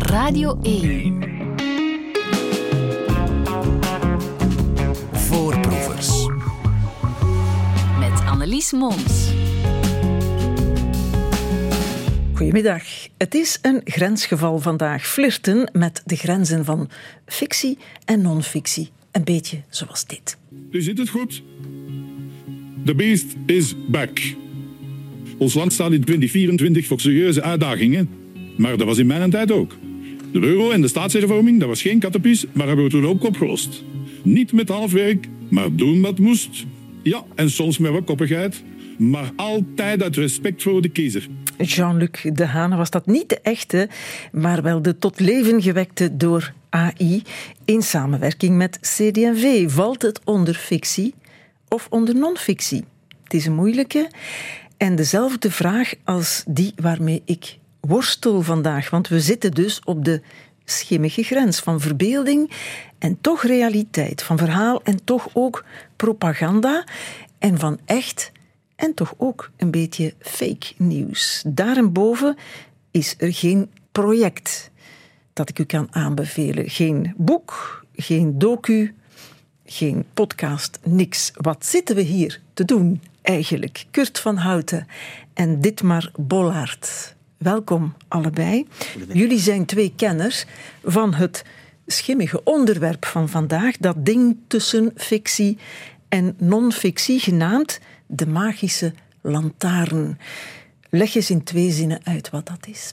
Radio 1. Voorproevers. Met Annelies Mons. Goedemiddag. Het is een grensgeval vandaag. Flirten met de grenzen van fictie en non-fictie. Een beetje zoals dit. U ziet het goed. The beast is back. Ons land staat in 2024 voor serieuze uitdagingen. Maar dat was in mijn tijd ook. De euro en de staatshervorming, dat was geen kattenpies, maar hebben we toen ook opgelost. Niet met halfwerk, maar doen wat moest. Ja, en soms met wat koppigheid. Maar altijd uit respect voor de kiezer. Jean-Luc Dehaene was dat niet de echte, maar wel de tot leven gewekte door AI in samenwerking met CD&V. Valt het onder fictie of onder non-fictie? Het is een moeilijke en dezelfde vraag als die waarmee ik worstel vandaag. Want we zitten dus op de schimmige grens van verbeelding en toch realiteit. Van verhaal en toch ook propaganda. En van echt en toch ook een beetje fake nieuws. Daarboven is er geen project dat ik u kan aanbevelen. Geen boek, geen docu, geen podcast, niks. Wat zitten we hier te doen eigenlijk? Kurt van Houten en Dietmar Bollaert. Welkom allebei. Jullie zijn twee kenners van het schimmige onderwerp van vandaag. Dat ding tussen fictie en non-fictie, genaamd de magische lantaarn. Leg eens in 2 zinnen uit wat dat is.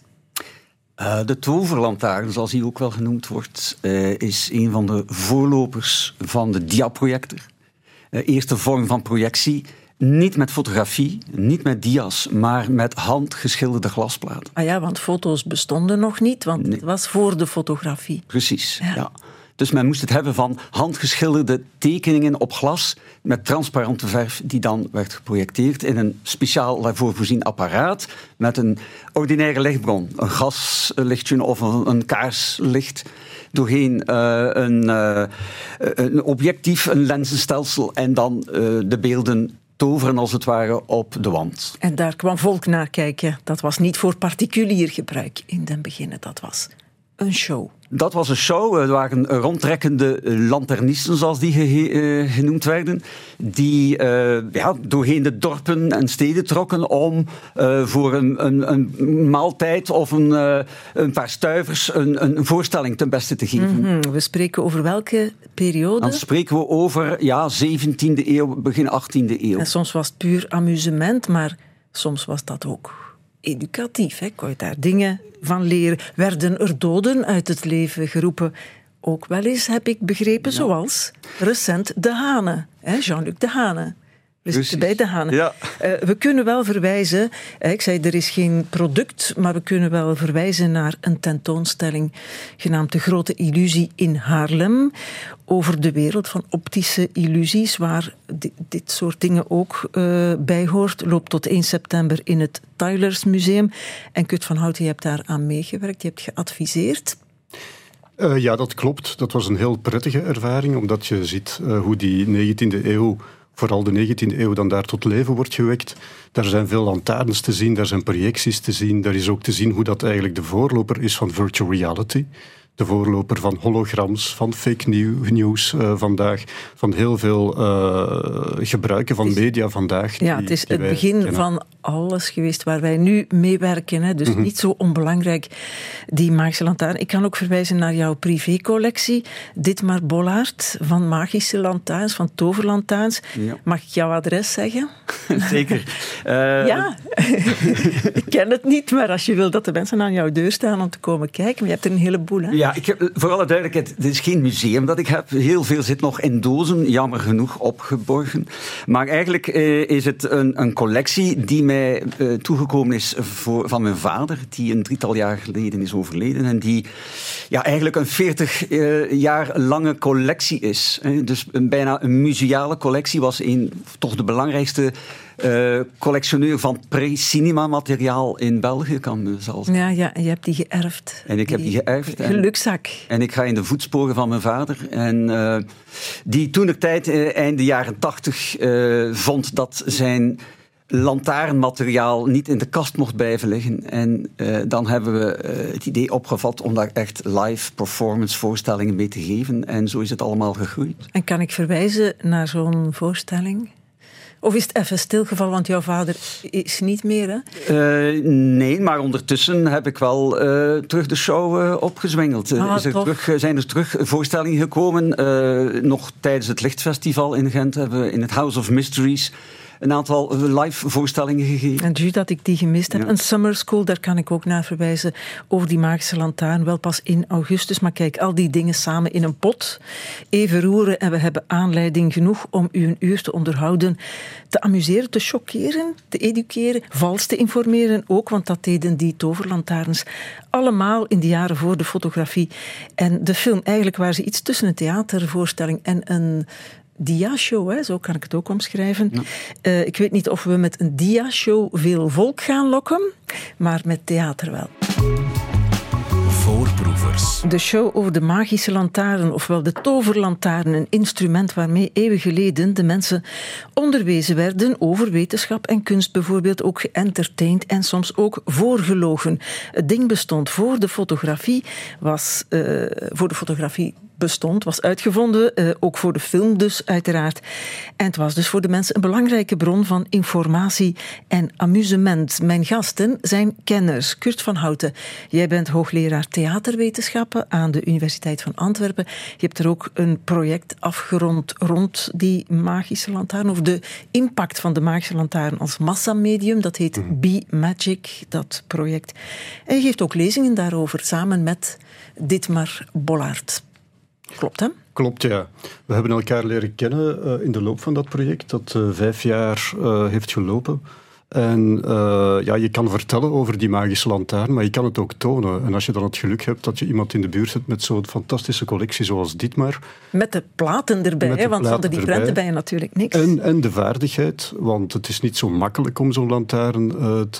De toverlantaarn, zoals die ook wel genoemd wordt, is een van de voorlopers van de diaprojector. Eerste vorm van projectie. Niet met fotografie, niet met dia's, maar met handgeschilderde glasplaten. Ah ja, want foto's bestonden nog niet, want het was voor de fotografie. Precies, ja. Dus men moest het hebben van handgeschilderde tekeningen op glas met transparante verf die dan werd geprojecteerd in een speciaal daarvoor voorzien apparaat met een ordinaire lichtbron. Een gaslichtje of een kaarslicht doorheen een objectief, een lenzenstelsel en dan de beelden toveren als het ware op de wand. En daar kwam volk naar kijken. Dat was niet voor particulier gebruik in den beginnen, dat was een show. Dat was een show. Er waren rondtrekkende lanternisten, zoals die genoemd werden, die doorheen de dorpen en steden trokken om voor een maaltijd of een paar stuivers een voorstelling ten beste te geven. Mm-hmm. We spreken over welke periode? Dan spreken we over 17e eeuw, begin 18e eeuw. En soms was het puur amusement, maar soms was dat ook educatief. Kon je daar dingen van leren? Werden er doden uit het leven geroepen? Ook wel eens, heb ik begrepen, zoals recent Dehaene. Jean-Luc Dehaene. We zitten bij Dehaene. Ja. We kunnen wel verwijzen, ik zei er is geen product, maar we kunnen wel verwijzen naar een tentoonstelling genaamd De Grote Illusie in Haarlem, over de wereld van optische illusies, waar dit soort dingen ook bij hoort. Loopt tot 1 september in het Tylers Museum. En Kurt van Houten, je hebt daar aan meegewerkt, je hebt geadviseerd. Ja, dat klopt. Dat was een heel prettige ervaring, omdat je ziet hoe die 19e eeuw, vooral de 19e eeuw, dan daar tot leven wordt gewekt. Daar zijn veel lantaarns te zien, daar zijn projecties te zien. Daar is ook te zien hoe dat eigenlijk de voorloper is van virtual reality. De voorloper van holograms, van fake news vandaag, van heel veel gebruiken van media vandaag. Ja, het is het begin van alles geweest waar wij nu meewerken. Dus niet zo onbelangrijk, die magische lantaarn. Ik kan ook verwijzen naar jouw privécollectie, Dietmar Bollaert, van magische lantaarns, van toverlantaarns. Ja. Mag ik jouw adres zeggen? Zeker. Ja, ik ken het niet, maar als je wil dat de mensen aan jouw deur staan om te komen kijken, maar je hebt er een heleboel, hè? Ja, ik heb, voor alle duidelijkheid, dit is geen museum dat ik heb. Heel veel zit nog in dozen, jammer genoeg, opgeborgen. Maar eigenlijk is het een collectie die mij toegekomen is van mijn vader, die een 3-tal jaar geleden is overleden en die eigenlijk een 40 jaar lange collectie is. Dus bijna een museale collectie, was toch de belangrijkste collectioneur van pre-cinema-materiaal in België, kan me zelfs. Ja, en je hebt die geërfd. En ik heb die geërfd. Gelukzak. En ik ga in de voetsporen van mijn vader. En die toentertijd, eind de jaren 80, vond dat zijn lantaarnmateriaal niet in de kast mocht blijven liggen. En dan hebben we het idee opgevat om daar echt live performance voorstellingen mee te geven. En zo is het allemaal gegroeid. En kan ik verwijzen naar zo'n voorstelling? Of is het even stilgevallen, want jouw vader is niet meer, hè? Nee, maar ondertussen heb ik wel terug de show opgezwengeld. Zijn er terug voorstellingen gekomen. Nog tijdens het Lichtfestival in Gent hebben we in het House of Mysteries een aantal live voorstellingen gegeven. En juist dat ik die gemist heb. Een summer school, daar kan ik ook naar verwijzen. Over die magische lantaarn, wel pas in augustus. Maar kijk, al die dingen samen in een pot. Even roeren en we hebben aanleiding genoeg om u een uur te onderhouden. Te amuseren, te choqueren, te educeren. Vals te informeren ook, want dat deden die toverlantaarns allemaal in de jaren voor de fotografie. En de film, eigenlijk waren ze iets tussen een theatervoorstelling en een dia-show, hè? Zo kan ik het ook omschrijven. Ja. Ik weet niet of we met een dia-show veel volk gaan lokken, maar met theater wel. Voorproevers. De show over de magische lantaarn, ofwel de toverlantaarn, een instrument waarmee eeuwen geleden de mensen onderwezen werden over wetenschap en kunst, bijvoorbeeld ook geëntertained en soms ook voorgelogen. Het ding bestond voor de fotografie, was uitgevonden, ook voor de film dus uiteraard. En het was dus voor de mensen een belangrijke bron van informatie en amusement. Mijn gasten zijn kenners. Kurt van Houten, jij bent hoogleraar theaterwetenschappen aan de Universiteit van Antwerpen. Je hebt er ook een project afgerond rond die magische lantaarn, of de impact van de magische lantaarn als massamedium. Dat heet Be Magic, dat project. En je geeft ook lezingen daarover, samen met Dietmar Bollaert. Klopt, hè? Klopt, ja. We hebben elkaar leren kennen in de loop van dat project, dat 5 jaar heeft gelopen. En je kan vertellen over die magische lantaarn, maar je kan het ook tonen. En als je dan het geluk hebt dat je iemand in de buurt hebt met zo'n fantastische collectie zoals Dietmar. Met de platen erbij, want zonder die prenten ben je natuurlijk niks. En de vaardigheid, want het is niet zo makkelijk om zo'n lantaarn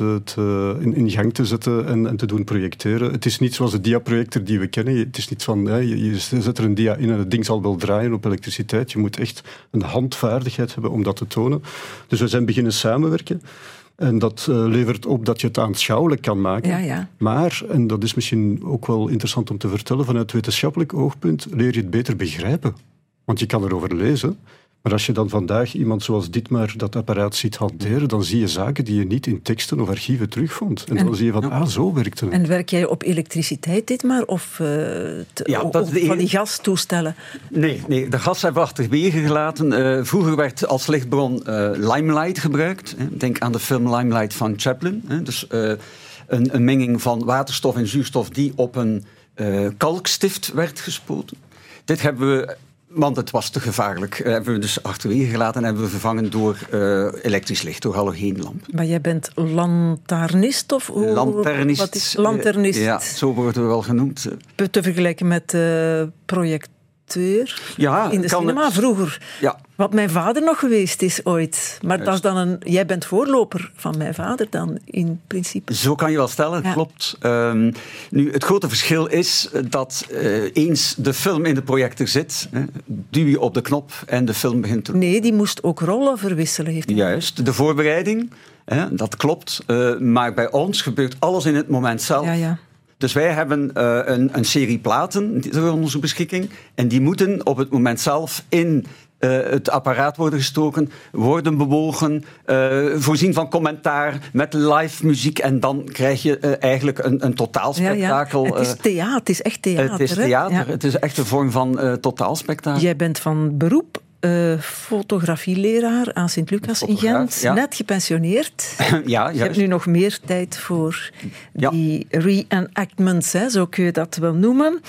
in gang te zetten en te doen projecteren. Het is niet zoals de diaprojector die we kennen. Het is niet van, je zet er een dia in en het ding zal wel draaien op elektriciteit. Je moet echt een handvaardigheid hebben om dat te tonen. Dus we zijn beginnen samenwerken. En dat levert op dat je het aanschouwelijk kan maken. Ja. Maar, en dat is misschien ook wel interessant om te vertellen, vanuit wetenschappelijk oogpunt leer je het beter begrijpen. Want je kan erover lezen. Maar als je dan vandaag iemand zoals Dietmar dat apparaat ziet hanteren, dan zie je zaken die je niet in teksten of archieven terugvond. En dan zie je van, zo werkt het. En werk jij op elektriciteit, Dietmar? Of van die gastoestellen? Nee, de gas hebben we achterwege gelaten. Vroeger werd als lichtbron limelight gebruikt. Denk aan de film Limelight van Chaplin. Dus een menging van waterstof en zuurstof die op een kalkstift werd gespoten. Dit hebben we, want het was te gevaarlijk, hebben we dus achterwege gelaten en hebben we vervangen door elektrisch licht, door halogeenlamp. Maar jij bent lantaarnist? Of lanternist. Wat is lanternist? Ja, zo worden we wel genoemd. Te vergelijken met projecteur in de cinema vroeger. Ja. Wat mijn vader nog geweest is ooit. Maar dat is dan jij bent voorloper van mijn vader dan, in principe. Zo kan je wel stellen, klopt. Nu, het grote verschil is dat eens de film in de projector zit, duw je op de knop en de film begint te... Nee, die moest ook rollen verwisselen. Heeft Juist, de voorbereiding, dat klopt. Maar bij ons gebeurt alles in het moment zelf. Ja. Dus wij hebben een serie platen ter onze beschikking. En die moeten op het moment zelf in het apparaat worden gestoken, worden bewogen, voorzien van commentaar met live muziek. En dan krijg je eigenlijk een totaalspektakel. Ja. Het is theater, het is echt theater. Het is theater, het is echt een vorm van totaalspektakel. Jij bent van beroep fotografieleraar aan Sint-Lucas in Gent, net gepensioneerd. Ja, je hebt nu nog meer tijd voor die reenactments, zo kun je dat wel noemen.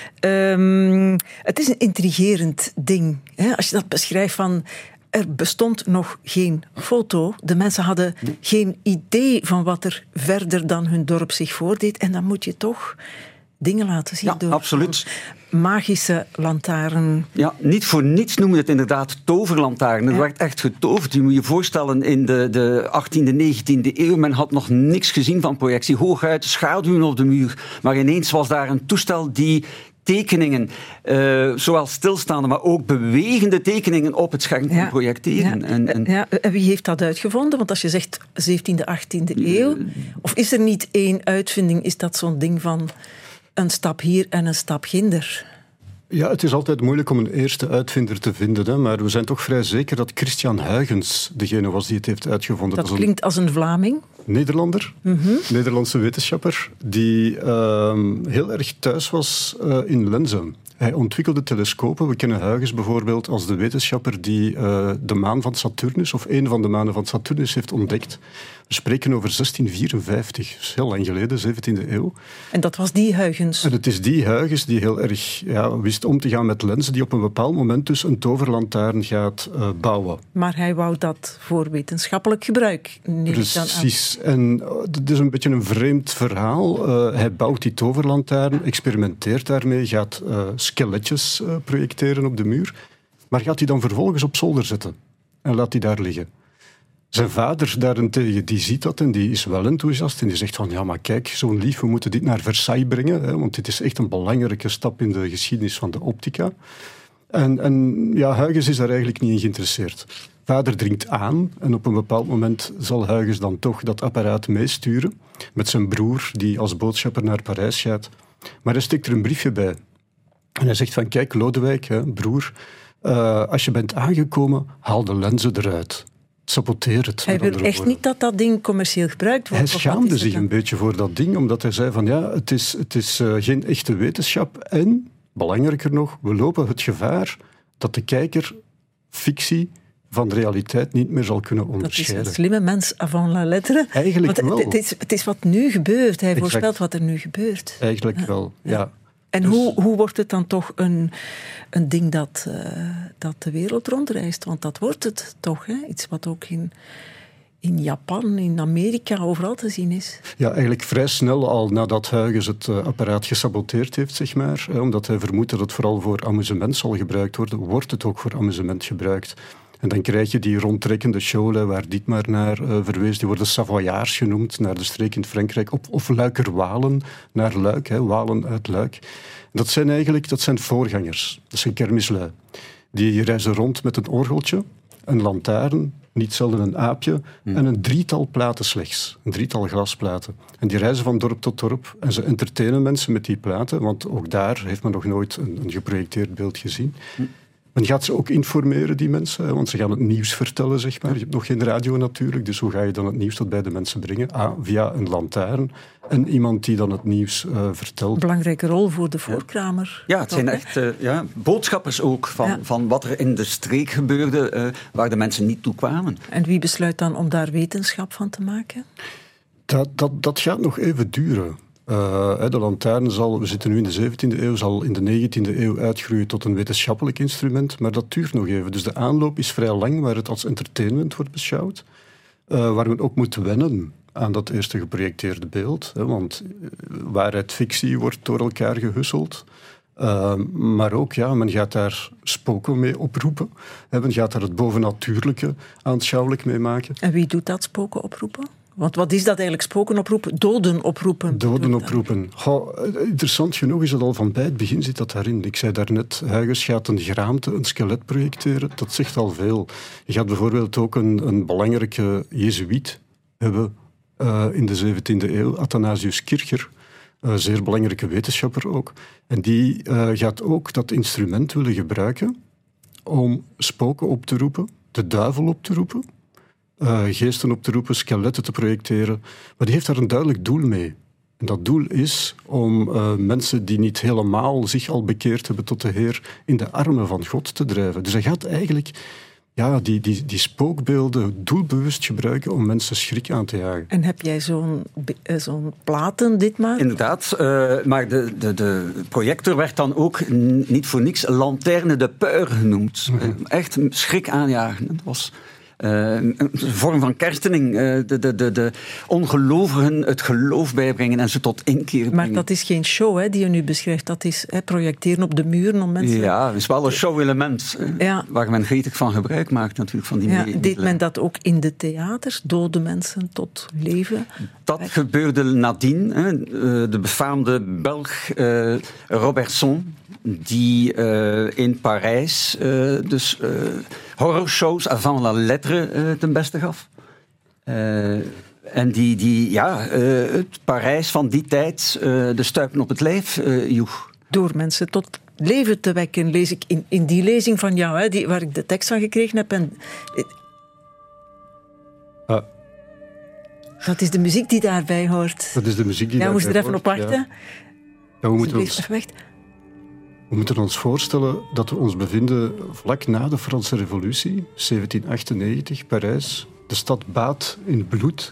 Het is een intrigerend ding. Als je dat beschrijft van... Er bestond nog geen foto. De mensen hadden geen idee van wat er verder dan hun dorp zich voordeed. En dan moet je toch dingen laten zien door absoluut. Magische lantaarn. Ja, niet voor niets noemen we het inderdaad toverlantaarn. Het werd echt getoverd. Je moet je voorstellen, in de 18e, 19e eeuw, men had nog niks gezien van projectie. Hooguit schaduwen op de muur. Maar ineens was daar een toestel die tekeningen, zowel stilstaande, maar ook bewegende tekeningen op het scherm kon projecteren. En wie heeft dat uitgevonden? Want als je zegt 17e, 18e eeuw, of is er niet één uitvinding, is dat zo'n ding van een stap hier en een stap ginder? Ja, het is altijd moeilijk om een eerste uitvinder te vinden, hè, maar we zijn toch vrij zeker dat Christian Huygens degene was die het heeft uitgevonden. Dat klinkt als een Vlaming. Nederlander, Nederlandse wetenschapper, die heel erg thuis was in lenzen. Hij ontwikkelde telescopen. We kennen Huygens bijvoorbeeld als de wetenschapper die de maan van Saturnus, of een van de manen van Saturnus, heeft ontdekt. We spreken over 1654, dus heel lang geleden, 17e eeuw. En dat was die Huygens? En het is die Huygens die heel erg wist om te gaan met lenzen, die op een bepaald moment dus een toverlantaarn gaat bouwen. Maar hij wou dat voor wetenschappelijk gebruik. Precies. En het is een beetje een vreemd verhaal. Hij bouwt die toverlantaarn, experimenteert daarmee, gaat skeletjes projecteren op de muur, maar gaat die dan vervolgens op zolder zetten en laat die daar liggen. Zijn vader daarentegen, die ziet dat en die is wel enthousiast en die zegt van, ja, maar kijk, zo'n lief, we moeten dit naar Versailles brengen, hè, want dit is echt een belangrijke stap in de geschiedenis van de optica. En Huygens is daar eigenlijk niet in geïnteresseerd. Vader dringt aan en op een bepaald moment zal Huygens dan toch dat apparaat meesturen met zijn broer, die als boodschapper naar Parijs gaat. Maar hij steekt er een briefje bij. En hij zegt van, kijk, Lodewijk, hè, broer, als je bent aangekomen, haal de lenzen eruit. Saboteer het. Hij wil echt niet dat dat ding commercieel gebruikt wordt. Hij schaamde zich een beetje voor dat ding, omdat hij zei van, ja, het is geen echte wetenschap en, belangrijker nog, we lopen het gevaar dat de kijker fictie van de realiteit niet meer zal kunnen onderscheiden. Dat is een slimme mens avant la lettre. Eigenlijk wel. Het is wat nu gebeurt. Hij voorspelt wat er nu gebeurt. Eigenlijk wel, ja. En dus hoe wordt het dan toch een ding dat de wereld rondreist? Want dat wordt het toch, hè? Iets wat ook in Japan, in Amerika, overal te zien is. Ja, eigenlijk vrij snel al nadat Huygens het apparaat gesaboteerd heeft, zeg maar. Omdat hij vermoedt dat het vooral voor amusement zal gebruikt worden, wordt het ook voor amusement gebruikt. En dan krijg je die rondtrekkende shows waar Dietmar naar verwees. Die worden Savoyaards genoemd, naar de streek in Frankrijk. Of Luikerwalen, naar Luik, hè, Walen uit Luik. Dat zijn voorgangers. Dat zijn kermislui. Die reizen rond met een orgeltje, een lantaarn, niet zelden een aapje, en een drietal platen slechts. Een drietal glasplaten. En die reizen van dorp tot dorp en ze entertainen mensen met die platen, want ook daar heeft men nog nooit een geprojecteerd beeld gezien. Men gaat ze ook informeren, die mensen, want ze gaan het nieuws vertellen, zeg maar. Je hebt nog geen radio natuurlijk, dus hoe ga je dan het nieuws tot bij de mensen brengen? Via een lantaarn en iemand die dan het nieuws vertelt. Belangrijke rol voor de voorkramer. Ja, het zijn echt boodschappers ook van wat er in de streek gebeurde, waar de mensen niet toe kwamen. En wie besluit dan om daar wetenschap van te maken? Dat gaat nog even duren. De lantaarn we zitten nu in de 17e eeuw, zal in de 19e eeuw uitgroeien tot een wetenschappelijk instrument, maar dat duurt nog even. Dus de aanloop is vrij lang, waar het als entertainment wordt beschouwd, waar men ook moet wennen aan dat eerste geprojecteerde beeld, want waarheid, fictie wordt door elkaar gehusseld. Maar ook, men gaat daar spoken mee oproepen. Men gaat daar het bovennatuurlijke aanschouwelijk mee maken. En wie doet dat, spoken oproepen? Want wat is dat eigenlijk, spoken oproepen? Doden oproepen. Doden oproepen. Interessant genoeg is dat al van bij het begin zit dat daarin. Ik zei daarnet, Huygens gaat een geraamte, een skelet projecteren. Dat zegt al veel. Je gaat bijvoorbeeld ook een belangrijke jezuïet hebben in de 17e eeuw, Athanasius Kircher. Een zeer belangrijke wetenschapper ook. En die gaat ook dat instrument willen gebruiken om spoken op te roepen, de duivel op te roepen, geesten op te roepen, skeletten te projecteren. Maar die heeft daar een duidelijk doel mee. En dat doel is om mensen die niet helemaal zich al bekeerd hebben tot de Heer in de armen van God te drijven. Dus hij gaat eigenlijk die spookbeelden doelbewust gebruiken om mensen schrik aan te jagen. En heb jij zo'n platen, Dietmar? Inderdaad, maar de projector werd dan ook niet voor niks Lanterne de Peur genoemd. Echt schrik aanjagen. Dat was Een vorm van kerstening. De ongelovigen het geloof bijbrengen en ze tot inkeer brengen. Maar dat is geen show die je nu beschrijft. Dat is projecteren op de muren om mensen... Ja, het is wel een show-element. Waar men gretig van gebruik maakt natuurlijk. Van die deed men dat ook in de theaters? Dode mensen tot leven? Dat gebeurde nadien. De befaamde Belg Robertson, die in Parijs horrorshows avant la lettre ten beste gaf. En die het Parijs van die tijd de stuipen op het lijf joeg. Door mensen tot leven te wekken, lees ik in die lezing van jou, waar ik de tekst van gekregen heb. En, dat is de muziek die daarbij hoort. Dat is de muziek die daarbij hoort. Ja, we moesten er even op wachten. Ja, we moeten ons voorstellen dat we ons bevinden vlak na de Franse Revolutie, 1798, Parijs. De stad baadt in bloed.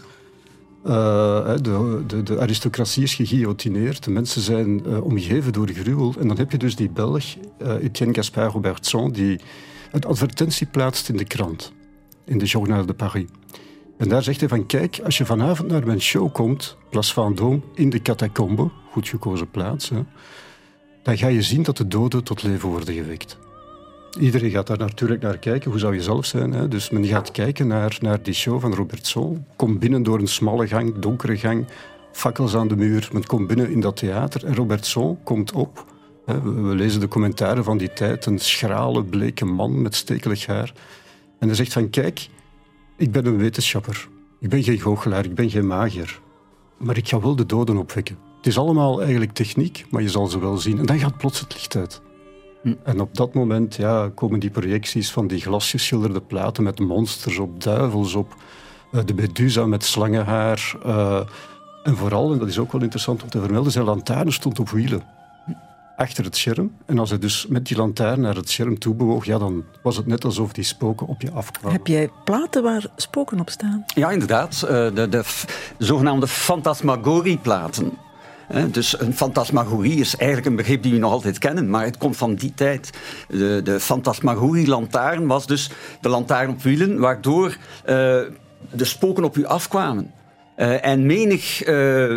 De aristocratie is geguillotineerd. De mensen zijn omgeven door gruwel. En dan heb je dus die Belg, Etienne Gaspard Robertson, die een advertentie plaatst in de krant, in de Journal de Paris. En daar zegt hij van, kijk, als je vanavond naar mijn show komt, Place Vendôme, in de catacombe, goed gekozen plaats, dan ga je zien dat de doden tot leven worden gewekt. Iedereen gaat daar natuurlijk naar kijken. Hoe zou je zelf zijn? Dus men gaat kijken naar die show van Robertson. Komt binnen door een smalle gang, donkere gang, fakkels aan de muur. Men komt binnen in dat theater en Robertson komt op. We lezen de commentaren van die tijd. Een schrale, bleke man met stekelig haar. En hij zegt van, kijk, ik ben een wetenschapper. Ik ben geen goochelaar, ik ben geen magier. Maar ik ga wel de doden opwekken. Het is allemaal eigenlijk techniek, maar je zal ze wel zien. En dan gaat plots het licht uit. En op dat moment komen die projecties van die glasgeschilderde platen met monsters op, duivels op, de Medusa met slangenhaar. En vooral, en dat is ook wel interessant om te vermelden, zijn lantaarn stond op wielen. Achter het scherm. En als hij dus met die lantaarn naar het scherm toe bewoog, dan was het net alsof die spoken op je afkwamen. Heb jij platen waar spoken op staan? Ja, inderdaad. De zogenaamde fantasmagorie-platen. Dus een fantasmagorie is eigenlijk een begrip die we nog altijd kennen, maar het komt van die tijd. De fantasmagorie-lantaarn was dus de lantaarn op wielen, waardoor de spoken op u afkwamen. En menig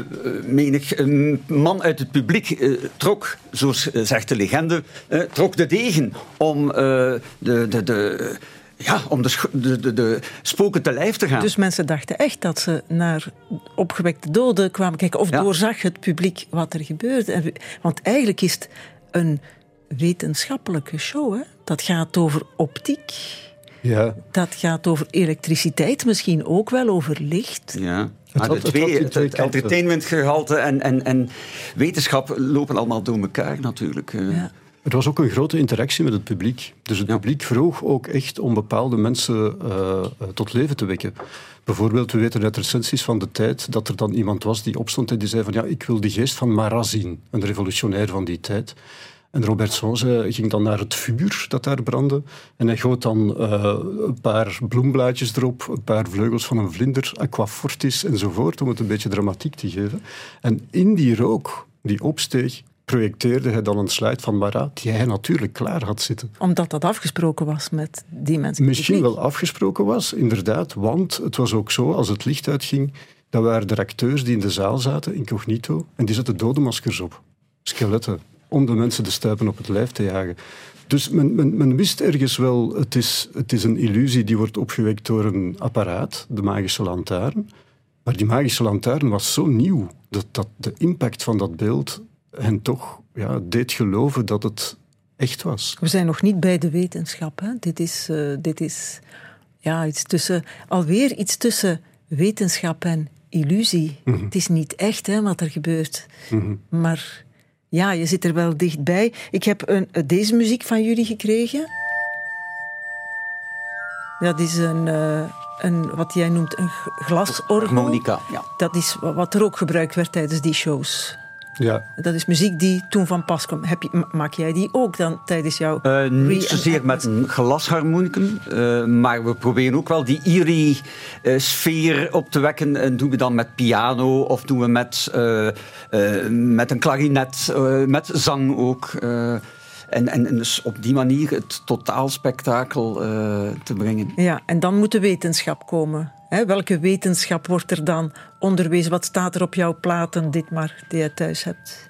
man uit het publiek trok, zo zegt de legende, trok de degen om om de spoken te lijf te gaan. Dus mensen dachten echt dat ze naar opgewekte doden kwamen kijken. Of doorzag het publiek wat er gebeurde. Want eigenlijk is het een wetenschappelijke show. Hè? Dat gaat over optiek. Ja. Dat gaat over elektriciteit, misschien ook wel over licht. Ja. Het entertainmentgehalte en wetenschap lopen allemaal door elkaar natuurlijk. Ja. Er was ook een grote interactie met het publiek. Dus het publiek vroeg ook echt om bepaalde mensen tot leven te wekken. Bijvoorbeeld, we weten uit recensies van de tijd dat er dan iemand was die opstond en die zei van ik wil de geest van Marat zien, een revolutionair van die tijd. En Robertson ging dan naar het vuur dat daar brandde en hij goot dan een paar bloemblaadjes erop, een paar vleugels van een vlinder, aquafortis enzovoort, om het een beetje dramatiek te geven. En in die rook die opsteeg, projecteerde hij dan een slide van Marat die hij natuurlijk klaar had zitten. Omdat dat afgesproken was met die mensen? Misschien wel afgesproken was, inderdaad, want het was ook zo, als het licht uitging, dat waren de acteurs die in de zaal zaten, incognito, en die zetten dodenmaskers op, skeletten, om de mensen de stuipen op het lijf te jagen. Dus men wist ergens wel, het is een illusie die wordt opgewekt door een apparaat, de magische lantaarn. Maar die magische lantaarn was zo nieuw, dat de impact van dat beeld hen toch deed geloven dat het echt was. We zijn nog niet bij de wetenschap. Hè? Dit is iets tussen, alweer iets tussen wetenschap en illusie. Mm-hmm. Het is niet echt wat er gebeurt. Mm-hmm. Maar je zit er wel dichtbij. Ik heb deze muziek van jullie gekregen. Dat is een wat jij noemt een glasorgel. Harmonica, ja. Dat is wat er ook gebruikt werd tijdens die shows. Ja. Dat is muziek die toen van pas kwam. Maak jij die ook dan tijdens jouw... niet zozeer met een glasharmonicum, maar we proberen ook wel die eerie sfeer op te wekken. En doen we dan met piano of doen we met een klarinet, met zang ook. En dus op die manier het totaalspektakel te brengen. Ja, en dan moet de wetenschap komen. Hè? Welke wetenschap wordt er dan onderwezen? Wat staat er op jouw platen, Dietmar, die je thuis hebt?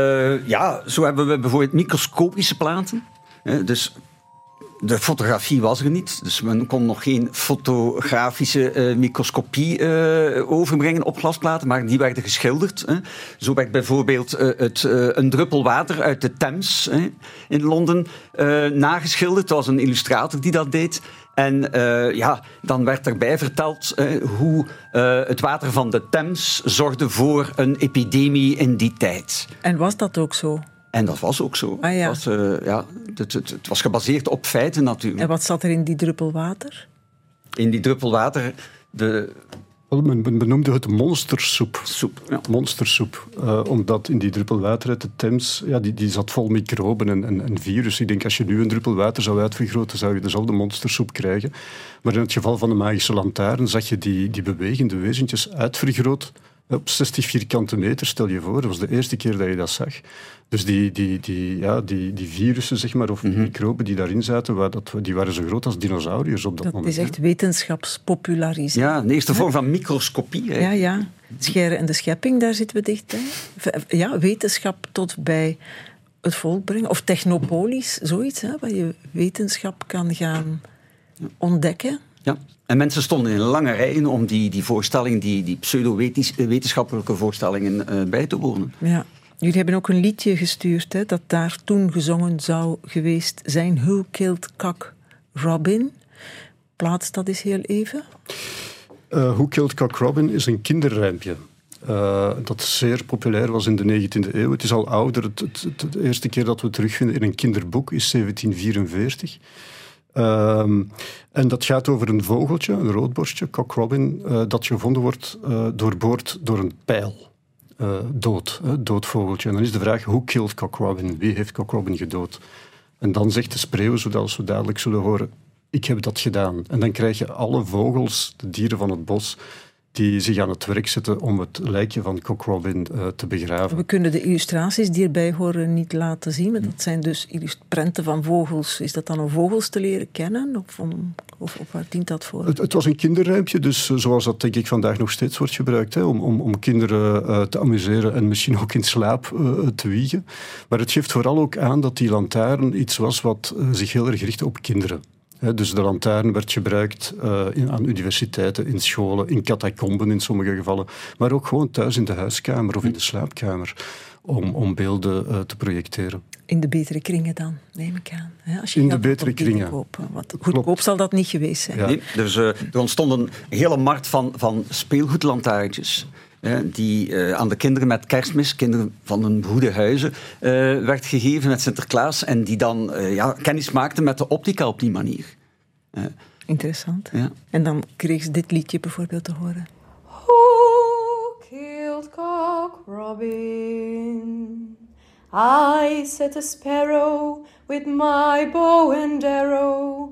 Zo hebben we bijvoorbeeld microscopische platen. Dus de fotografie was er niet, dus men kon nog geen fotografische microscopie overbrengen op glasplaten, maar die werden geschilderd. Zo werd bijvoorbeeld een druppel water uit de Thames in Londen nageschilderd. Dat was een illustrator die dat deed. En dan werd erbij verteld hoe het water van de Thames zorgde voor een epidemie in die tijd. En was dat ook zo? En dat was ook zo. Ah, ja. Het was gebaseerd op feiten natuurlijk. En wat zat er in die druppel water? In die druppel water... Men benoemde het monstersoep. Ja. Monstersoep. Omdat in die druppel water uit de Thames, die zat vol microben en virussen. Ik denk, als je nu een druppel water zou uitvergroten, zou je dezelfde monstersoep krijgen. Maar in het geval van de magische lantaarn zag je die bewegende wezentjes uitvergroot op 60 vierkante meter, stel je voor. Dat was de eerste keer dat je dat zag. Dus die virussen, zeg maar, of microben die daarin zaten, die waren zo groot als dinosauriërs op dat moment. Dat is echt wetenschapspopularisering. Ja, de eerste vorm van microscopie. Hè. Ja. Scheren en de schepping, daar zitten we dichtbij. Ja, wetenschap tot bij het volk brengen. Of technopolis, zoiets, waar je wetenschap kan gaan ontdekken. Ja. En mensen stonden in lange rijen om die voorstellingen, die pseudo-wetenschappelijke voorstellingen bij te wonen. Ja. Jullie hebben ook een liedje gestuurd, dat daar toen gezongen zou geweest zijn. Who Killed Cock Robin? Plaats dat eens heel even. Who Killed Cock Robin is een kinderrijmpje. Dat zeer populair was in de 19e eeuw. Het is al ouder. De eerste keer dat we het terugvinden in een kinderboek is 1744. En dat gaat over een vogeltje, een roodborstje, Cock Robin, dat gevonden wordt doorboord door een pijl. Dood vogeltje. En dan is de vraag, who killed Cock Robin? Wie heeft Cock Robin gedood? En dan zegt de spreeuw, zoals we dadelijk zullen horen, ik heb dat gedaan. En dan krijg je alle vogels, de dieren van het bos, die zich aan het werk zetten om het lijkje van Cock Robin te begraven. We kunnen de illustraties die erbij horen niet laten zien, maar dat zijn dus prenten van vogels. Is dat dan om vogels te leren kennen? Of waar dient dat voor? Het was een kinderrijmpje, dus zoals dat denk ik vandaag nog steeds wordt gebruikt, om kinderen te amuseren en misschien ook in slaap te wiegen. Maar het geeft vooral ook aan dat die lantaarn iets was wat zich heel erg richtte op kinderen. Dus de lantaarn werd gebruikt aan universiteiten, in scholen, in catacomben in sommige gevallen, maar ook gewoon thuis in de huiskamer of in de slaapkamer om beelden te projecteren. In de betere kringen dan, neem ik aan. Als je in de betere kringen. Want goedkoop zal dat niet geweest zijn. Ja. Nee, dus er ontstond een hele markt van speelgoedlantaarntjes. Die aan de kinderen met Kerstmis, kinderen van een goede huizen, werd gegeven met Sinterklaas. En die dan kennis maakten met de optica op die manier. Interessant. Ja. En dan kreeg ze dit liedje bijvoorbeeld te horen. Who killed Cock Robin? I set a sparrow with my bow and arrow.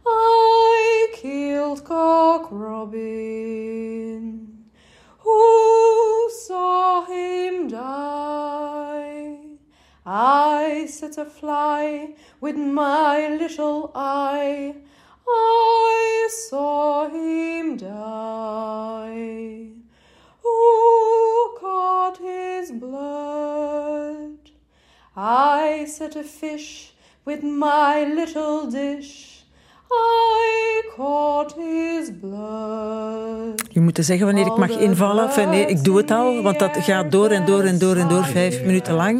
I killed Cock Robin. Who saw him die? I set a fly with my little eye. I saw him die. Who caught his blood? I set a fish with my little dish. I caught his blood. Je moet zeggen wanneer ik mag invallen. Enfin, nee, ik doe het al, want dat gaat door en door en door en door, 5 minuten lang.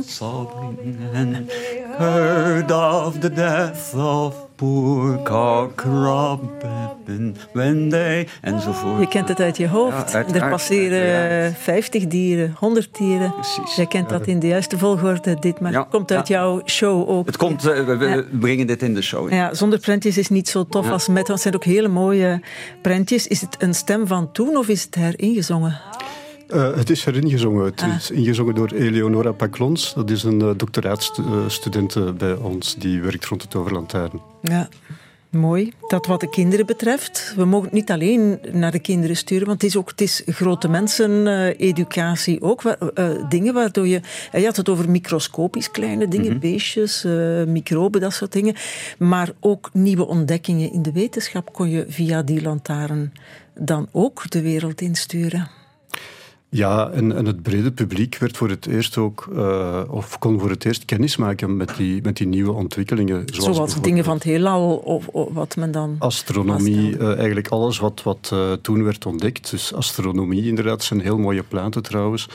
Heard of the death of poor Cock Robin when they... enzovoort. Je kent het uit je hoofd. Ja, er passeren 50 dieren, 100 dieren. Precies. Jij kent dat in de juiste volgorde, dit, maar het komt uit jouw show ook. Het komt, we brengen dit in de show. Ja, zonder prentjes is niet zo tof als met, want het zijn ook hele mooie prentjes. Is het een stem van toen of is het heringezongen? Het is heringezongen. Het is ingezongen door Eleonora Paclons. Dat is een doctoraatstudent bij ons die werkt rond het Overlantaarn. Ja. Mooi. Dat wat de kinderen betreft. We mogen het niet alleen naar de kinderen sturen, want het is grote mensen, educatie ook. Dingen waardoor je had het over microscopisch kleine dingen, beestjes, microben, dat soort dingen. Maar ook nieuwe ontdekkingen in de wetenschap kon je via die lantaarn dan ook de wereld insturen. Ja, en het brede publiek werd voor het eerst ook, of kon voor het eerst kennis maken met die nieuwe ontwikkelingen. Zoals dingen van het heelal, of wat men dan... Astronomie, eigenlijk alles wat toen werd ontdekt. Dus astronomie inderdaad, zijn heel mooie platen trouwens.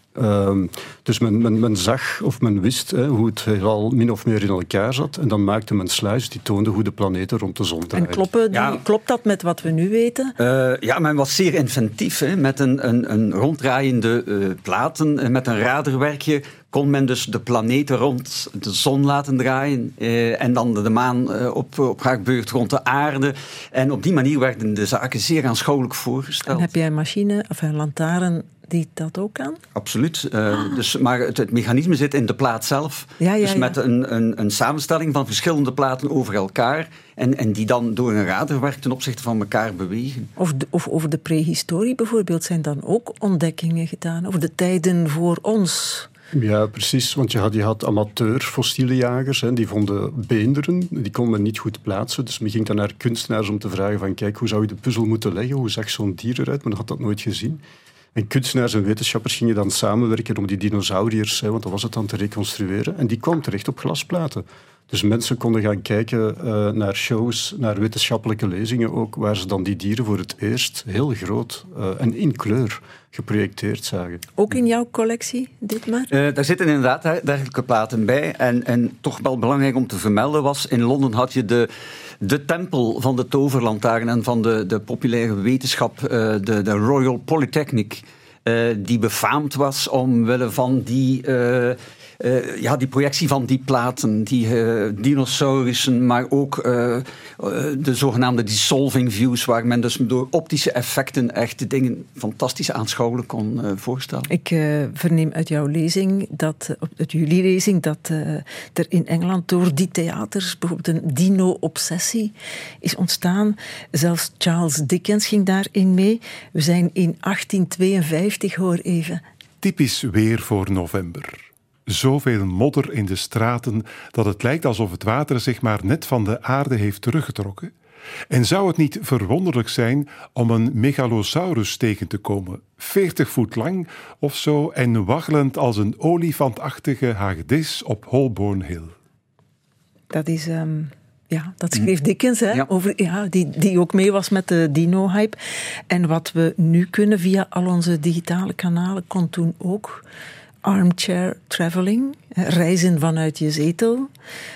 Dus men zag, of men wist hoe het heelal min of meer in elkaar zat. En dan maakte men slides die toonden hoe de planeten rond de zon draaien. En klopt dat met wat we nu weten? Ja, men was zeer inventief. Met een rondraaiende platen, met een radarwerkje kon men dus de planeten rond de zon laten draaien en dan de maan op haar beurt rond de aarde. En op die manier werden de zaken zeer aanschouwelijk voorgesteld. En heb jij een machine of een lantaarn die dat ook kan? Absoluut. Maar het mechanisme zit in de plaat zelf. Met een samenstelling van verschillende platen over elkaar en die dan door een radarwerk ten opzichte van elkaar bewegen. Of over de prehistorie bijvoorbeeld zijn dan ook ontdekkingen gedaan, over de tijden voor ons. Ja, precies, want je had amateur fossiele jagers, die vonden beenderen, die kon men niet goed plaatsen, dus men ging dan naar kunstenaars om te vragen van kijk, hoe zou je de puzzel moeten leggen, hoe zag zo'n dier eruit, men had dat nooit gezien. En kunstenaars en wetenschappers gingen dan samenwerken om die dinosauriërs, want dat was het dan, te reconstrueren, en die kwam terecht op glasplaten. Dus mensen konden gaan kijken naar shows, naar wetenschappelijke lezingen ook, waar ze dan die dieren voor het eerst heel groot en in kleur geprojecteerd zagen. Ook in jouw collectie, Dietmar? Daar zitten inderdaad dergelijke platen bij. En toch wel belangrijk om te vermelden was, in Londen had je de tempel van de toverlantaarn en van de populaire wetenschap, de Royal Polytechnic, die befaamd was omwille van die projectie van die platen, die dinosaurussen, maar ook de zogenaamde dissolving views, waar men dus door optische effecten echt de dingen fantastisch aanschouwelijk kon voorstellen. Ik verneem uit jouw lezing, uit jullie lezing, dat er in Engeland door die theaters bijvoorbeeld een dino-obsessie is ontstaan. Zelfs Charles Dickens ging daarin mee. We zijn in 1852, hoor even. Typisch weer voor november. Zoveel modder in de straten dat het lijkt alsof het water zich maar net van de aarde heeft teruggetrokken. En zou het niet verwonderlijk zijn om een megalosaurus tegen te komen, 40 voet lang of zo en waggelend als een olifantachtige hagedis op Holborn Hill? Dat is... dat schreef Dickens, die ook mee was met de dino-hype. En wat we nu kunnen via al onze digitale kanalen, kon toen ook armchair traveling, reizen vanuit je zetel.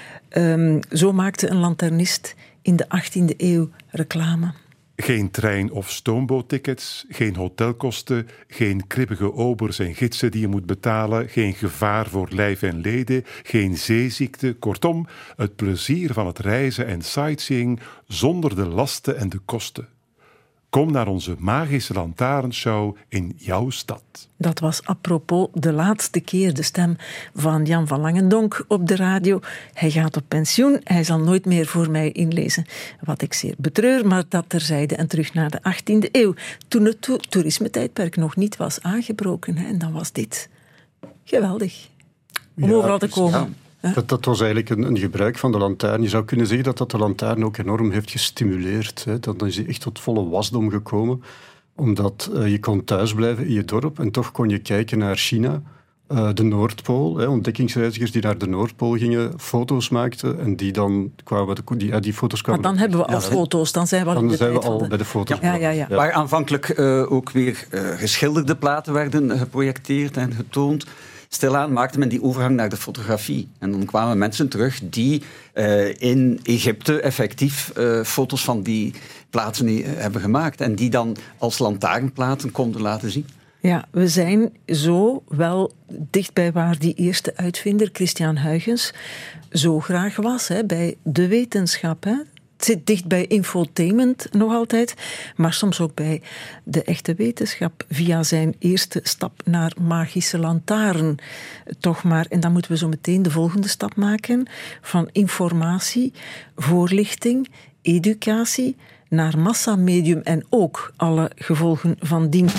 Zo maakte een lanternist in de 18e eeuw reclame. Geen trein- of stoomboottickets, geen hotelkosten, geen kribbige obers en gidsen die je moet betalen, geen gevaar voor lijf en leden, geen zeeziekte. Kortom, het plezier van het reizen en sightseeing zonder de lasten en de kosten. Kom naar onze magische lantaarnshow in jouw stad. Dat was apropos de laatste keer de stem van Jan van Langendonk op de radio. Hij gaat op pensioen, hij zal nooit meer voor mij inlezen. Wat ik zeer betreur, maar dat terzijde en terug naar de 18e eeuw. Toen het toerisme-tijdperk nog niet was aangebroken. En dan was dit geweldig. Om overal te komen. Ja. Dat was eigenlijk een gebruik van de lantaarn. Je zou kunnen zeggen dat de lantaarn ook enorm heeft gestimuleerd. Dan is hij echt tot volle wasdom gekomen. Omdat je kon thuisblijven in je dorp en toch kon je kijken naar China, de Noordpool. Ontdekkingsreizigers die naar de Noordpool gingen, foto's maakten en die dan kwamen... Die foto's kwamen. Maar dan hebben we al foto's, dan zijn we al bij de foto's. Ja. Waar aanvankelijk ook weer geschilderde platen werden geprojecteerd en getoond. Stilaan maakte men die overgang naar de fotografie. En dan kwamen mensen terug die in Egypte effectief foto's van die plaatsen hebben gemaakt. En die dan als lantaarnplaten konden laten zien. Ja, we zijn zo wel dichtbij waar die eerste uitvinder, Christian Huygens, zo graag was, bij de wetenschap. Het zit dicht bij infotainment nog altijd, maar soms ook bij de echte wetenschap via zijn eerste stap naar magische lantaarn. Toch maar, en dan moeten we zo meteen de volgende stap maken van informatie, voorlichting, educatie naar massamedium en ook alle gevolgen van dien.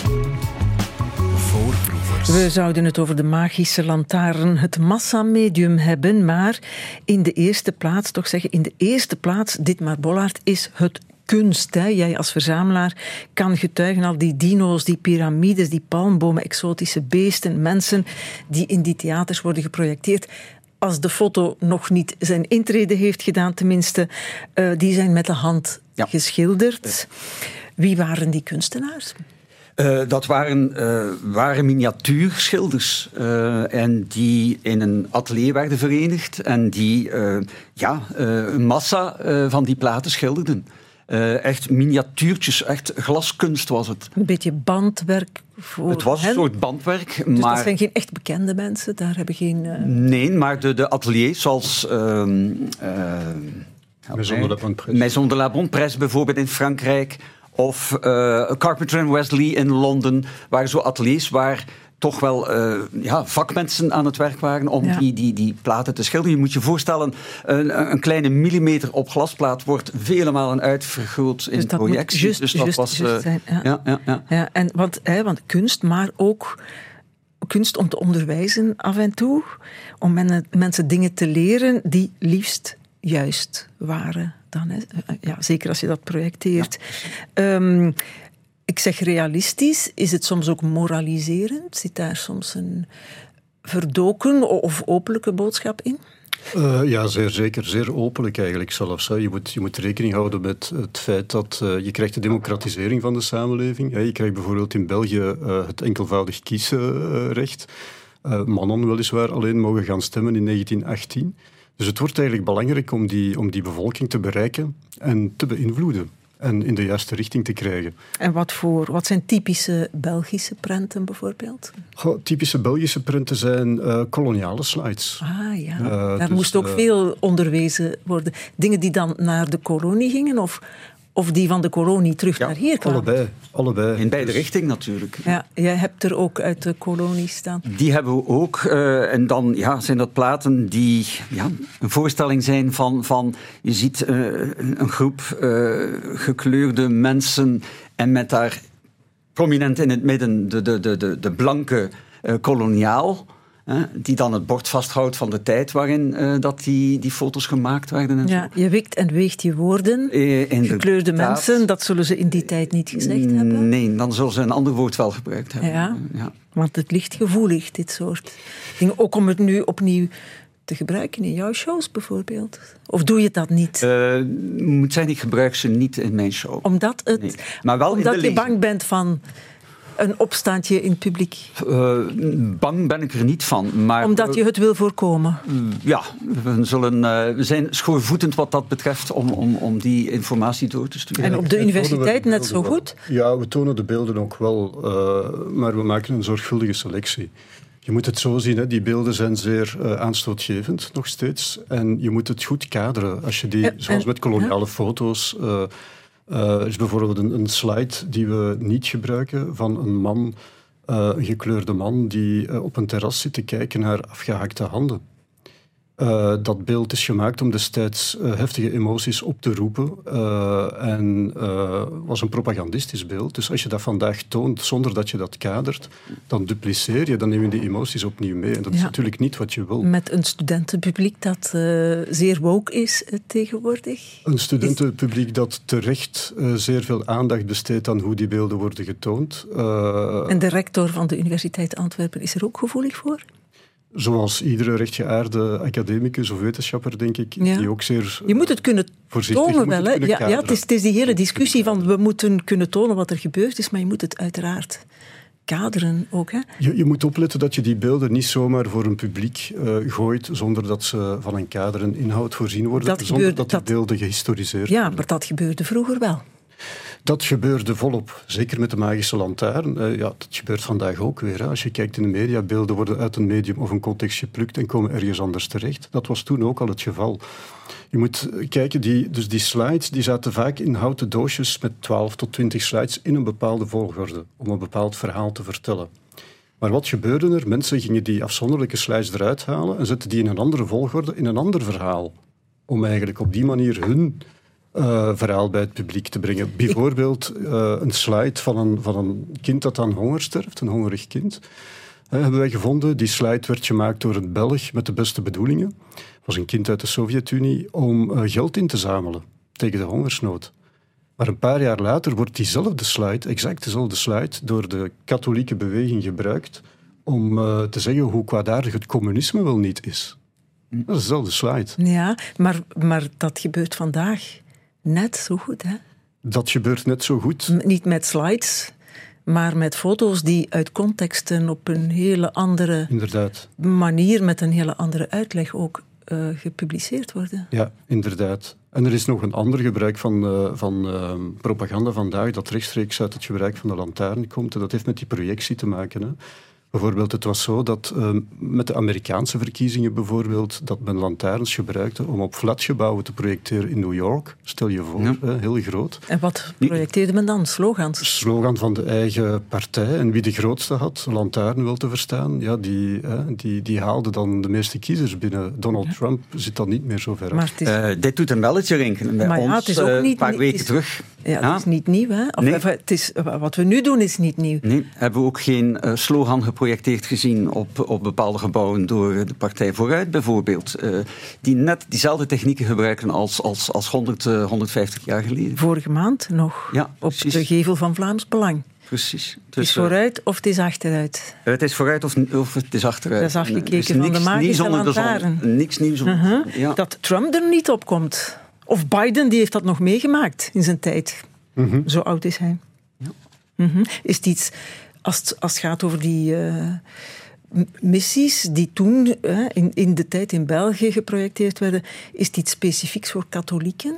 We zouden het over de magische lantaarn, het massamedium hebben, maar in de eerste plaats, Dietmar Bollaert, is het kunst. Hè. Jij als verzamelaar kan getuigen al die dino's, die piramides, die palmbomen, exotische beesten, mensen die in die theaters worden geprojecteerd. Als de foto nog niet zijn intrede heeft gedaan, tenminste, die zijn met de hand geschilderd. Wie waren die kunstenaars? Dat waren miniatuurschilders en die in een atelier werden verenigd en die een massa van die platen schilderden. Echt miniatuurtjes, echt glaskunst was het. Een beetje bandwerk voor Het was hen. een soort bandwerk. Dus maar dat zijn geen echt bekende mensen, daar hebben geen... Nee, maar de ateliers zoals... Maison de la Bonne Presse bijvoorbeeld in Frankrijk, of Carpenter & Wesley in Londen, waren zo ateliers waar toch wel vakmensen aan het werk waren om die platen te schilderen. Je moet je voorstellen, een kleine millimeter op glasplaat wordt vele malen uitvergroot in projecties. Dus dat was zijn. Ja, en want kunst, maar ook kunst om te onderwijzen af en toe, om mensen dingen te leren die liefst juist waren dan. Hè. Ja, zeker als je dat projecteert. Ja. Ik zeg realistisch, is het soms ook moraliserend? Zit daar soms een verdoken of openlijke boodschap in? Ja, zeer zeker. Zeer openlijk eigenlijk zelfs. Hè. Je moet rekening houden met het feit dat je krijgt de democratisering van de samenleving. Je krijgt bijvoorbeeld in België het enkelvoudig kiesrecht. Mannen weliswaar alleen mogen gaan stemmen in 1918. Dus het wordt eigenlijk belangrijk om die bevolking te bereiken en te beïnvloeden. En in de juiste richting te krijgen. En wat zijn typische Belgische prenten bijvoorbeeld? Typische Belgische prenten zijn koloniale slides. Ah ja, daar moest ook veel onderwezen worden. Dingen die dan naar de kolonie gingen of die van de kolonie terug naar hier kwamen? Allebei. In beide richtingen natuurlijk. Ja, jij hebt er ook uit de kolonie staan. Die hebben we ook. En dan zijn dat platen die een voorstelling zijn van je ziet een groep gekleurde mensen en met daar prominent in het midden de blanke koloniaal. Die dan het bord vasthoudt van de tijd waarin dat die foto's gemaakt werden. En zo. Je wikt en weegt je woorden. Gekleurde mensen, dat zullen ze in die tijd niet gezegd hebben. Nee, dan zullen ze een ander woord wel gebruikt hebben. Ja. Want het ligt gevoelig, dit soort dingen. Ook om het nu opnieuw te gebruiken in jouw shows bijvoorbeeld. Of doe je dat niet? Moet zijn, ik gebruik ze niet in mijn show. Omdat maar wel omdat je bang bent van een opstaandje in het publiek? Bang ben ik er niet van. Maar, omdat je het wil voorkomen? Ja, we zijn schoorvoetend wat dat betreft om die informatie door te sturen. En op de universiteit net zo goed? Ja, we tonen de beelden ook wel, maar we maken een zorgvuldige selectie. Je moet het zo zien, hè, die beelden zijn zeer aanstootgevend nog steeds. En je moet het goed kaderen. Als je die, zoals met koloniale foto's... Er is bijvoorbeeld een slide die we niet gebruiken van een man, een gekleurde man, die op een terras zit te kijken naar afgehakte handen. Dat beeld is gemaakt om destijds heftige emoties op te roepen en was een propagandistisch beeld. Dus als je dat vandaag toont zonder dat je dat kadert, dan dupliceer je, dan neem je die emoties opnieuw mee. En dat is natuurlijk niet wat je wil. Met een studentenpubliek dat zeer woke is tegenwoordig? Een studentenpubliek dat terecht zeer veel aandacht besteedt aan hoe die beelden worden getoond. En de rector van de Universiteit Antwerpen is er ook gevoelig voor? Zoals iedere rechtgeaarde academicus of wetenschapper, denk ik, die ook zeer je moet het kunnen tonen wel. Het is die hele discussie van we moeten kunnen tonen wat er gebeurd is, maar je moet het uiteraard kaderen ook. Hè? Je moet opletten dat je die beelden niet zomaar voor een publiek gooit zonder dat ze van een kader en inhoud voorzien worden, zonder dat die beelden gehistoriseerd worden. Ja, maar dat gebeurde vroeger wel. Dat gebeurde volop, zeker met de magische lantaarn. Dat gebeurt vandaag ook weer. Hè. Als je kijkt in de media, beelden worden uit een medium of een context geplukt en komen ergens anders terecht. Dat was toen ook al het geval. Je moet kijken, die slides die zaten vaak in houten doosjes met 12 tot 20 slides in een bepaalde volgorde, om een bepaald verhaal te vertellen. Maar wat gebeurde er? Mensen gingen die afzonderlijke slides eruit halen en zetten die in een andere volgorde, in een ander verhaal. Om eigenlijk op die manier hun verhaal bij het publiek te brengen. Bijvoorbeeld een slide van een kind dat aan honger sterft, een hongerig kind. Hebben wij gevonden. Die slide werd gemaakt door een Belg met de beste bedoelingen. Het was een kind uit de Sovjet-Unie om geld in te zamelen tegen de hongersnood. Maar een paar jaar later wordt diezelfde slide, exact dezelfde slide, door de katholieke beweging gebruikt om te zeggen hoe kwaadaardig het communisme wel niet is. Dat is dezelfde slide. Ja, maar dat gebeurt vandaag net zo goed, hè? Dat gebeurt net zo goed. Niet met slides, maar met foto's die uit contexten op een hele andere Inderdaad. manier, met een hele andere uitleg ook gepubliceerd worden. Ja, inderdaad. En er is nog een ander gebruik van propaganda vandaag dat rechtstreeks uit het gebruik van de lantaarn komt. En dat heeft met die projectie te maken. Hè. Bijvoorbeeld, het was zo dat met de Amerikaanse verkiezingen bijvoorbeeld, dat men lantaarns gebruikte om op flatgebouwen te projecteren in New York. Stel je voor, heel groot. En wat projecteerde men dan? Slogans? Slogan van de eigen partij. En wie de grootste had, lantaarn wel te verstaan, ja, die haalde dan de meeste kiezers binnen. Donald Trump zit dan niet meer zo ver af. Dit doet een belletje rinkelen bij ons het is ook niet, een paar weken terug. Ja, het is niet nieuw, hè? Of, nee. Wat we nu doen is niet nieuw. Nee, hebben we ook geen slogan geprojecteerd gezien op bepaalde gebouwen door de Partij Vooruit bijvoorbeeld, die net diezelfde technieken gebruiken als 150 jaar geleden. Vorige maand nog, op de gevel van Vlaams Belang. Precies. Het is vooruit of het is achteruit? Het is vooruit of het is achteruit. Dat is afgekeken van de magische lantaarn. Niks nieuws onder de zon. Ja. Dat Trump er niet op komt. Of Biden, die heeft dat nog meegemaakt in zijn tijd. Zo oud is hij. Ja. Is het iets, als het gaat over die missies die toen in de tijd in België geprojecteerd werden, is het iets specifieks voor katholieken?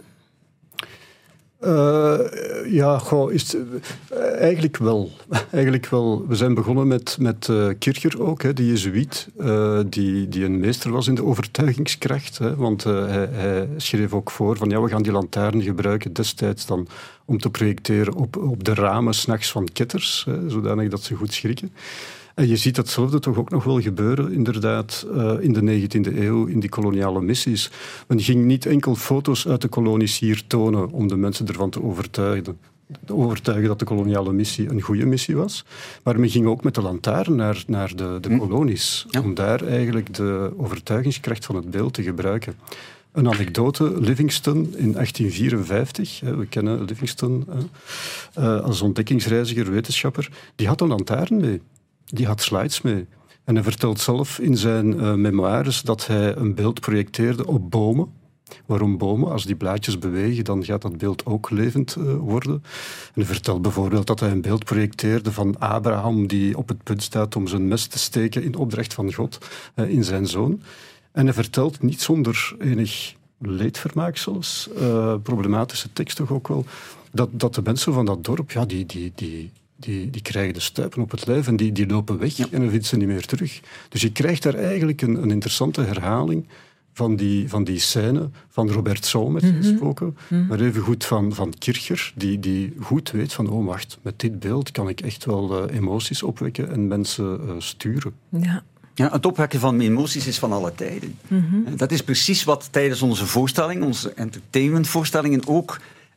Eigenlijk wel. We zijn begonnen met Kircher ook, de jezuïet, die een meester was in de overtuigingskracht. Want hij schreef ook voor van we gaan die lantaarn gebruiken destijds dan om te projecteren op de ramen 's nachts van ketters, zodanig dat ze goed schrikken. En je ziet datzelfde toch ook nog wel gebeuren, inderdaad, in de 19e eeuw, in die koloniale missies. Men ging niet enkel foto's uit de kolonies hier tonen om de mensen ervan te overtuigen dat de koloniale missie een goede missie was. Maar men ging ook met de lantaarn naar de kolonies, om daar eigenlijk de overtuigingskracht van het beeld te gebruiken. Een anekdote, Livingstone in 1854, we kennen Livingstone als ontdekkingsreiziger, wetenschapper, die had een lantaarn mee. Die had slides mee. En hij vertelt zelf in zijn memoires dat hij een beeld projecteerde op bomen. Waarom bomen? Als die blaadjes bewegen, dan gaat dat beeld ook levend worden. En hij vertelt bijvoorbeeld dat hij een beeld projecteerde van Abraham die op het punt staat om zijn mes te steken in opdracht van God in zijn zoon. En hij vertelt niet zonder enig leedvermaak zelfs, problematische tekst toch ook wel, dat de mensen van dat dorp, die krijgen de stuipen op het lijf en die lopen weg en dan vinden ze niet meer terug. Dus je krijgt daar eigenlijk een interessante herhaling van die scène van Robert Sommer gesproken, maar evengoed van Kircher, die goed weet van, wacht, met dit beeld kan ik echt wel emoties opwekken en mensen sturen. Ja. Ja, het opwekken van emoties is van alle tijden. Dat is precies wat tijdens onze voorstelling, onze entertainmentvoorstellingen ook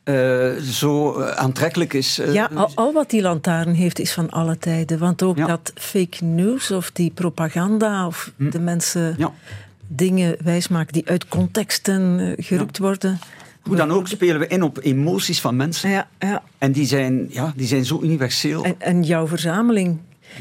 zo aantrekkelijk is. Al wat die lantaarn heeft is van alle tijden. Want ook dat fake news of die propaganda of de mensen dingen wijsmaken die uit contexten gerukt worden. Hoe dan ook spelen we in op emoties van mensen. Ja. En die zijn zo universeel. En jouw verzameling,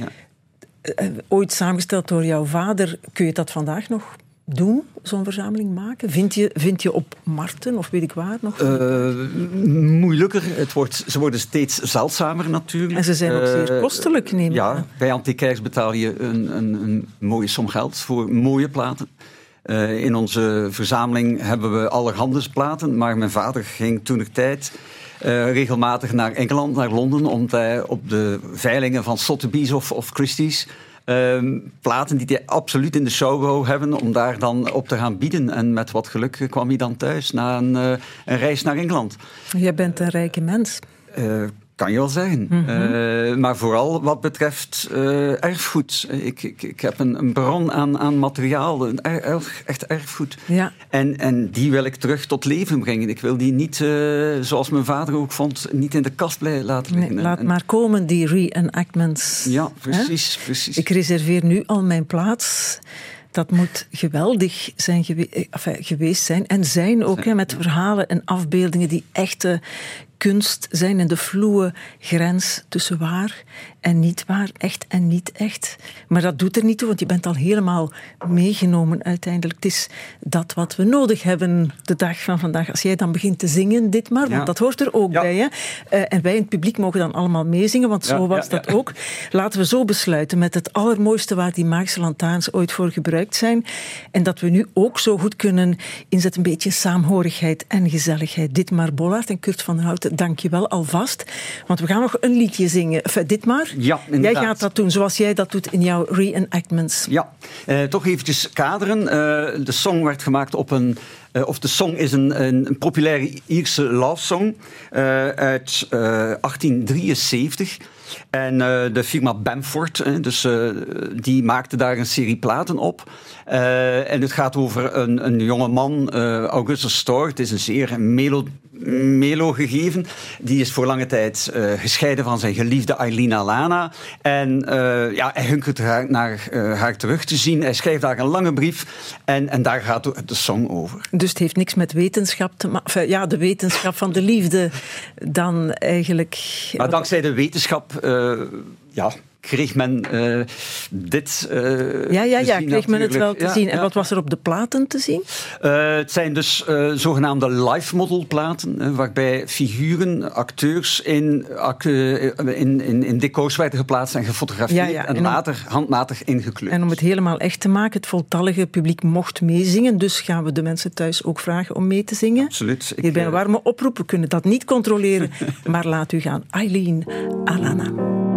ooit samengesteld door jouw vader, kun je dat vandaag nog doen, zo'n verzameling maken? Vind je op markten of weet ik waar nog? Moeilijker. Ze worden steeds zeldzamer natuurlijk. En ze zijn ook zeer kostelijk, neem ik aan. Bij Antiquairs betaal je een mooie som geld voor mooie platen. In onze verzameling hebben we allerhande platen, maar mijn vader ging toentertijd regelmatig naar Engeland, naar Londen, om op de veilingen van Sotheby's of Christie's platen die hij absoluut in de show wou hebben, om daar dan op te gaan bieden. En met wat geluk kwam hij dan thuis na een reis naar Engeland. Jij bent een rijke mens. Kan je wel zeggen. Maar vooral wat betreft erfgoed. Ik heb een bron aan materiaal, echt erfgoed. Ja. En die wil ik terug tot leven brengen. Ik wil die niet, zoals mijn vader ook vond, niet in de kast laten liggen. Nee, laat maar komen, die reenactments. Ja, precies. Ik reserveer nu al mijn plaats. Dat moet geweldig zijn geweest zijn. En zijn ook, met verhalen en afbeeldingen die echte kunst zijn en de vloeie grens tussen waar en niet waar, echt en niet echt. Maar dat doet er niet toe, want je bent al helemaal meegenomen uiteindelijk. Het is dat wat we nodig hebben de dag van vandaag. Als jij dan begint te zingen, dit maar, want dat hoort er ook bij. Hè? En wij in het publiek mogen dan allemaal meezingen, want zo was dat ook. Laten we zo besluiten met het allermooiste waar die magische lantaarns ooit voor gebruikt zijn. En dat we nu ook zo goed kunnen inzetten, een beetje saamhorigheid en gezelligheid. Ditmar Bollaert en Kurt van der Houten, dank je wel alvast. Want we gaan nog een liedje zingen. Enfin, Ditmar, ja, inderdaad. Jij gaat dat doen zoals jij dat doet in jouw reenactments. Ja, toch eventjes kaderen. De song werd gemaakt op de song is een populaire Ierse love song uit 1873. En de firma Bamford, die maakte daar een serie platen op. En het gaat over een jonge man, Augustus Storr. Het is een zeer melo gegeven. Die is voor lange tijd gescheiden van zijn geliefde Eileen Alana. En hij hunkert naar haar terug te zien. Hij schrijft daar een lange brief. En daar gaat de song over. Dus het heeft niks met wetenschap te maken. Ja, de wetenschap van de liefde dan eigenlijk. Maar dankzij de wetenschap kreeg men dit kreeg men het wel te zien. En wat was er op de platen te zien? Het zijn dus zogenaamde live model platen, waarbij figuren, acteurs in decors werden geplaatst en gefotografeerd en later handmatig ingekleurd. En om het helemaal echt te maken, het voltallige publiek mocht meezingen, dus gaan we de mensen thuis ook vragen om mee te zingen. Absoluut. Hierbij een warme oproep, we kunnen dat niet controleren, maar laat u gaan. Eileen Alana.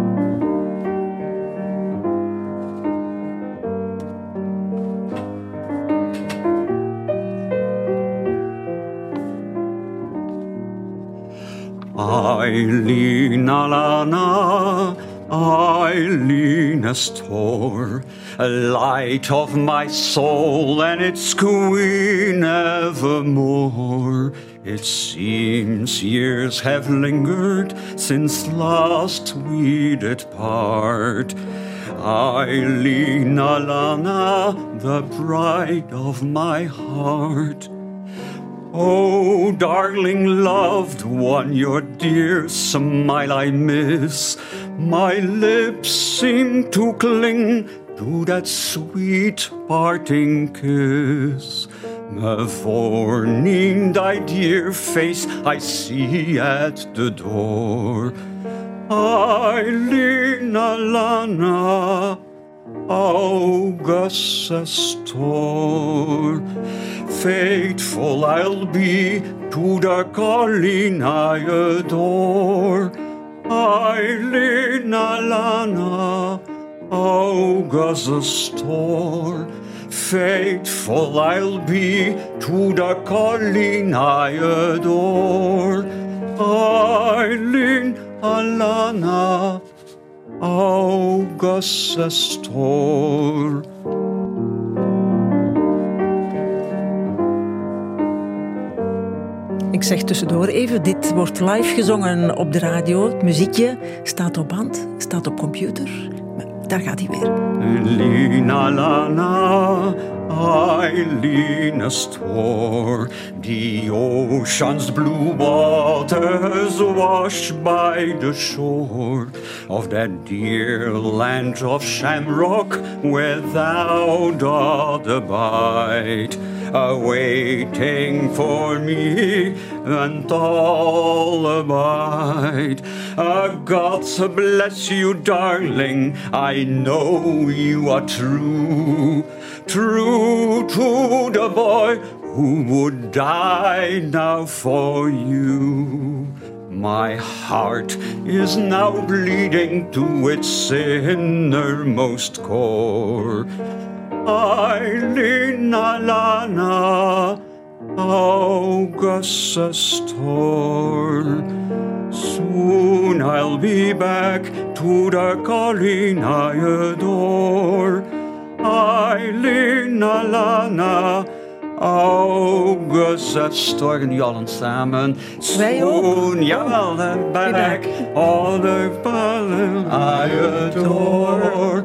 Eileen Alana, Eileen Storr, a light of my soul and its queen evermore. It seems years have lingered since last we did part. Eileen Alana, the bride of my heart. Oh, darling loved one, your dear smile I miss. My lips seem to cling to that sweet parting kiss. Morning, thy dear face I see at the door. Eileen Alana, Augustus Storr. Faithful I'll be to the calling I adore. Eileen Alana, Augustus Storr. Faithful I'll be to the calling I adore. Eileen Alana, Augustus Storr. Ik zeg tussendoor even, dit wordt live gezongen op de radio. Het muziekje staat op band, staat op computer. Daar gaat hij weer. Eileen Alana, Eileen Storr. The ocean's blue waters wash by the shore of that dear land of shamrock where thou doth abide, awaiting for me and all abide. God bless you, darling, I know you are true, true to the boy who would die now for you. My heart is now bleeding to its innermost core. Eileen Alana, Augustus Storr. Soon I'll be back to the calling I adore. Eileen Alana, August Astor. En nu allen samen. Wij ook. Soon, jawel, back, all the calling I adore.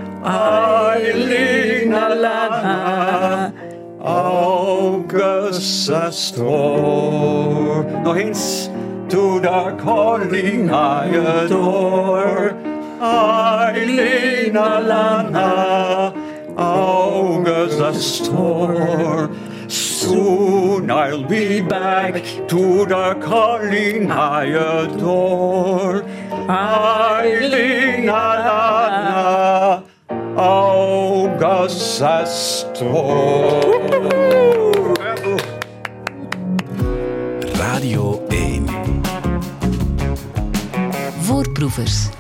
Eileen Alana, August Astor. Nog eens. To the calling I adore, Eileen Alana, August Astor. Soon I'll be back to the calling I adore, Eileen Alana, August Astor. Radio 1. Voorproevers.